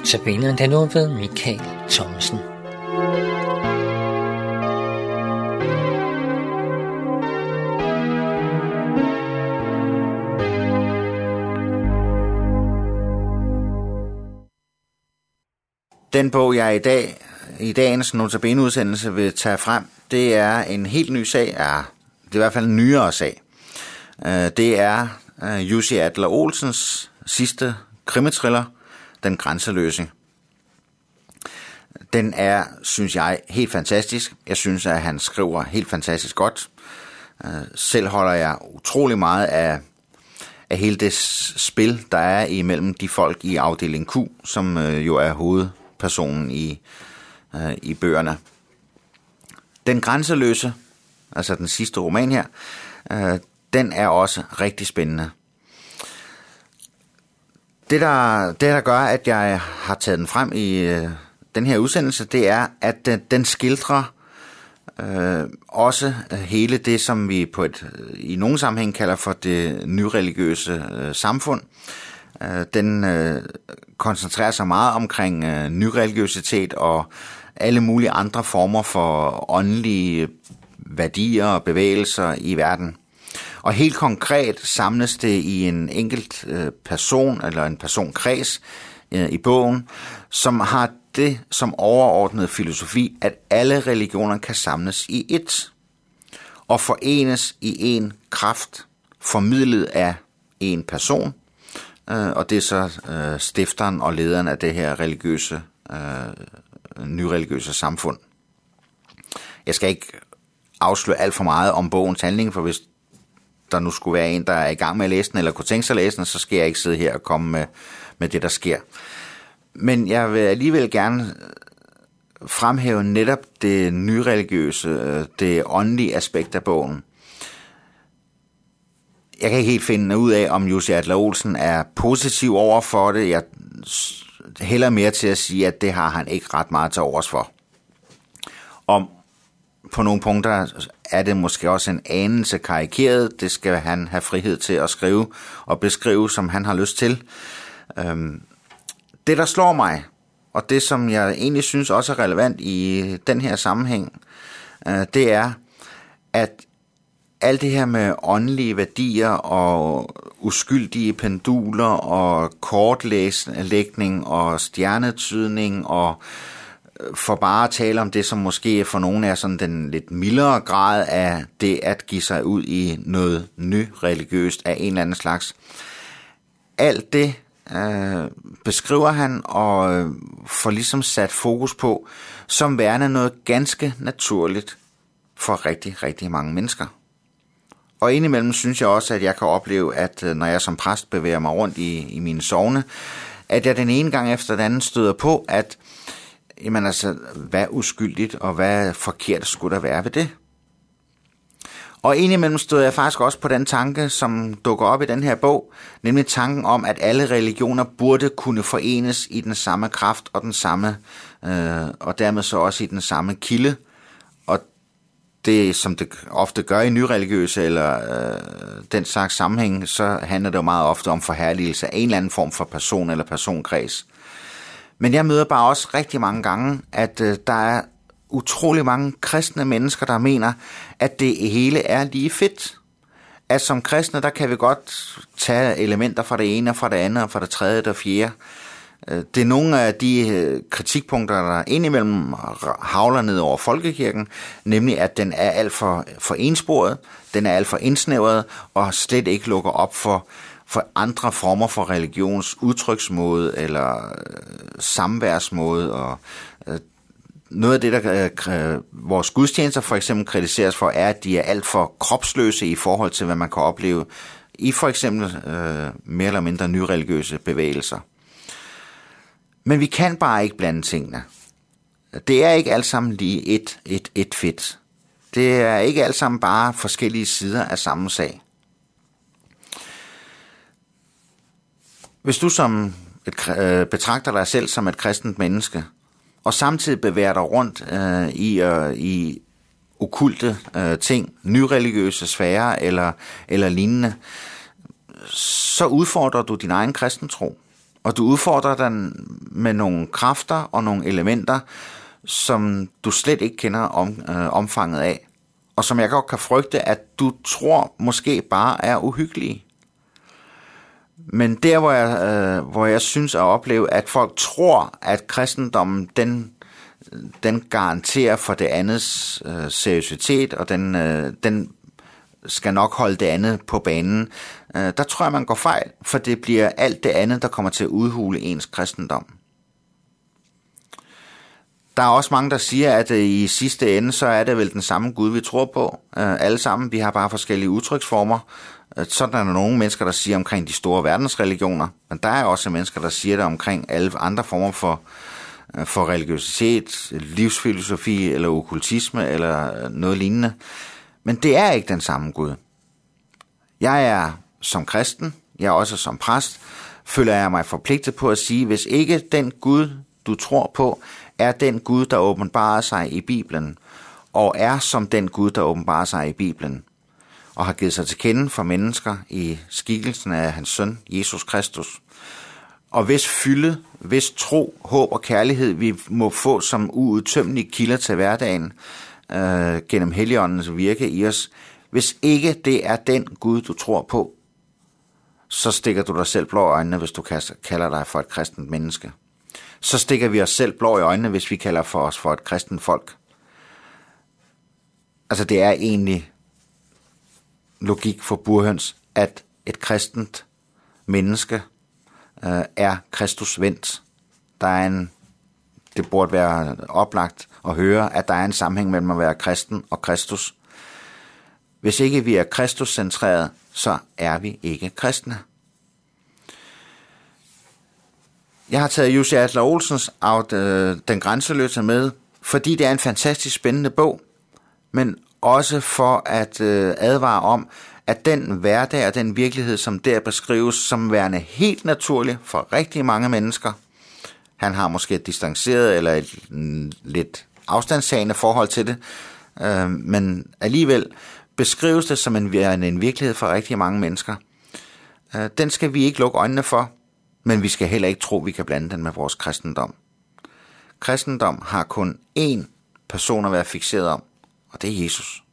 Notabene den nu ved Michael Thomsen. Den bog, jeg i dagens Notabene-udsendelse vil tage frem, det er en helt ny sag. Det er i hvert fald en nyere sag. Det er Jussi Adler-Olsens sidste krimitriller, Den grænseløse. Den er, synes jeg, helt fantastisk. Jeg synes, at han skriver helt fantastisk godt. Selv holder jeg utrolig meget af hele det spil, der er imellem de folk i afdeling Q, som jo er hovedpersonen i bøgerne. Den grænseløse, altså den sidste roman her, den er også rigtig spændende. Det der gør, at jeg har taget den frem i den her udsendelse, det er, at den skildrer også hele det, som vi i nogle sammenhæng kalder for det nyreligiøse samfund. Den koncentrerer sig meget omkring nyreligiøsitet og alle mulige andre former for åndelige værdier og bevægelser i verden. Og helt konkret samles det i en enkelt person eller en personkreds i bogen, som har det som overordnet filosofi, at alle religioner kan samles i ét og forenes i én kraft, formidlet af en person, og det er så stifteren og lederen af det her nyreligiøse samfund. Jeg skal ikke afsløre alt for meget om bogens handling, for hvis der nu skulle være en, der er i gang med at læse den, eller kunne tænke sig at læse den, så skal jeg ikke sidde her og komme med det, der sker. Men jeg vil alligevel gerne fremhæve netop det nyreligiøse, det åndelige aspekt af bogen. Jeg kan ikke helt finde ud af, om Jussi Adler-Olsen er positiv over for det. Jeg hælder mere til at sige, at det har han ikke ret meget til overs for. Og på nogle punkter er det måske også en anelse karikeret. Det skal han have frihed til at skrive og beskrive, som han har lyst til. Det, der slår mig, og det, som jeg egentlig synes også er relevant i den her sammenhæng, det er, at alt det her med åndelige værdier og uskyldige penduler og kortlægning og stjernetydning og for bare at tale om det, som måske for nogen er sådan den lidt mildere grad af det at give sig ud i noget nyreligiøst af en eller anden slags. Alt det beskriver han og får ligesom sat fokus på som værende noget ganske naturligt for rigtig, rigtig mange mennesker. Og indimellem synes jeg også, at jeg kan opleve, at når jeg som præst bevæger mig rundt i mine sogne, at jeg den ene gang efter den anden støder på, at jamen altså, hvad uskyldigt og hvad forkert skulle der være ved det? Og indimellem stod jeg faktisk også på den tanke, som dukker op i den her bog, nemlig tanken om, at alle religioner burde kunne forenes i den samme kraft og den samme, og dermed så også i den samme kilde. Og det, som det ofte gør i nyreligiøse eller den slags sammenhæng, så handler det jo meget ofte om forherligelse af en eller anden form for person eller personkreds. Men jeg møder bare også rigtig mange gange, at der er utrolig mange kristne mennesker, der mener, at det hele er lige fedt. At som kristne, der kan vi godt tage elementer fra det ene, og fra det andet, og fra det tredje og det fjerde. Det er nogle af de kritikpunkter, der indimellem havler ned over folkekirken, nemlig at den er alt for ensporet, den er alt for indsnævret, og slet ikke lukker op for andre former for religions udtryksmåde eller samværsmåde. Og noget af det, der vores gudstjenester for eksempel kritiseres for, er, at de er alt for kropsløse i forhold til, hvad man kan opleve i for eksempel mere eller mindre nyreligiøse bevægelser. Men vi kan bare ikke blande tingene. Det er ikke alt sammen lige et fedt. Det er ikke alt sammen bare forskellige sider af samme sag. Hvis du betragter dig selv som et kristent menneske, og samtidig bevæger dig rundt i okkulte ting, nyreligiøse sfærer eller lignende, så udfordrer du din egen kristentro. og du udfordrer den med nogle kræfter og nogle elementer, som du slet ikke kender omfanget af, og som jeg godt kan frygte, at du tror måske bare er uhyggelige. Men der, hvor jeg synes at opleve, at folk tror, at kristendommen, den garanterer for det andets seriøsitet, og den skal nok holde det andet på banen, der tror jeg, man går fejl, for det bliver alt det andet, der kommer til at udhule ens kristendom. Der er også mange, der siger, at i sidste ende, så er det vel den samme Gud, vi tror på. Alle sammen, vi har bare forskellige udtryksformer. Sådan er der nogle mennesker, der siger omkring de store verdensreligioner, men der er også mennesker, der siger det omkring alle andre former for religiøsitet, livsfilosofi eller okkultisme eller noget lignende. Men det er ikke den samme Gud. Jeg er som kristen, jeg er også som præst, føler jeg mig forpligtet på at sige, hvis ikke den Gud, du tror på, er den Gud, der åbenbarer sig i Bibelen, og er som den Gud, der åbenbarer sig i Bibelen, og har givet sig til kende for mennesker i skikkelsen af hans søn, Jesus Kristus. Og hvis fylde, hvis tro, håb og kærlighed, vi må få som uudtømmelige kilder til hverdagen, gennem Helligåndens virke i os, hvis ikke det er den Gud, du tror på, så stikker du dig selv blå i øjnene, hvis du kalder dig for et kristent menneske. Så stikker vi os selv blå i øjnene, hvis vi kalder for os for et kristent folk. Altså det er egentlig logik for burhøns, at et kristent menneske er Kristus vendt. Det burde være oplagt at høre, at der er en sammenhæng mellem at være kristen og Kristus. Hvis ikke vi er Kristus-centreret, så er vi ikke kristne. Jeg har taget Jussi Adler Olsens Den grænseløse med, fordi det er en fantastisk spændende bog, men også for at advare om, at den hverdag og den virkelighed, som der beskrives som værende helt naturlig for rigtig mange mennesker, han har måske et distanceret eller et lidt afstandstagende forhold til det, men alligevel beskrives det som en virkelighed for rigtig mange mennesker. Den skal vi ikke lukke øjnene for, men vi skal heller ikke tro, vi kan blande den med vores kristendom. Kristendom har kun én person at være fikseret om, og det er Jesus.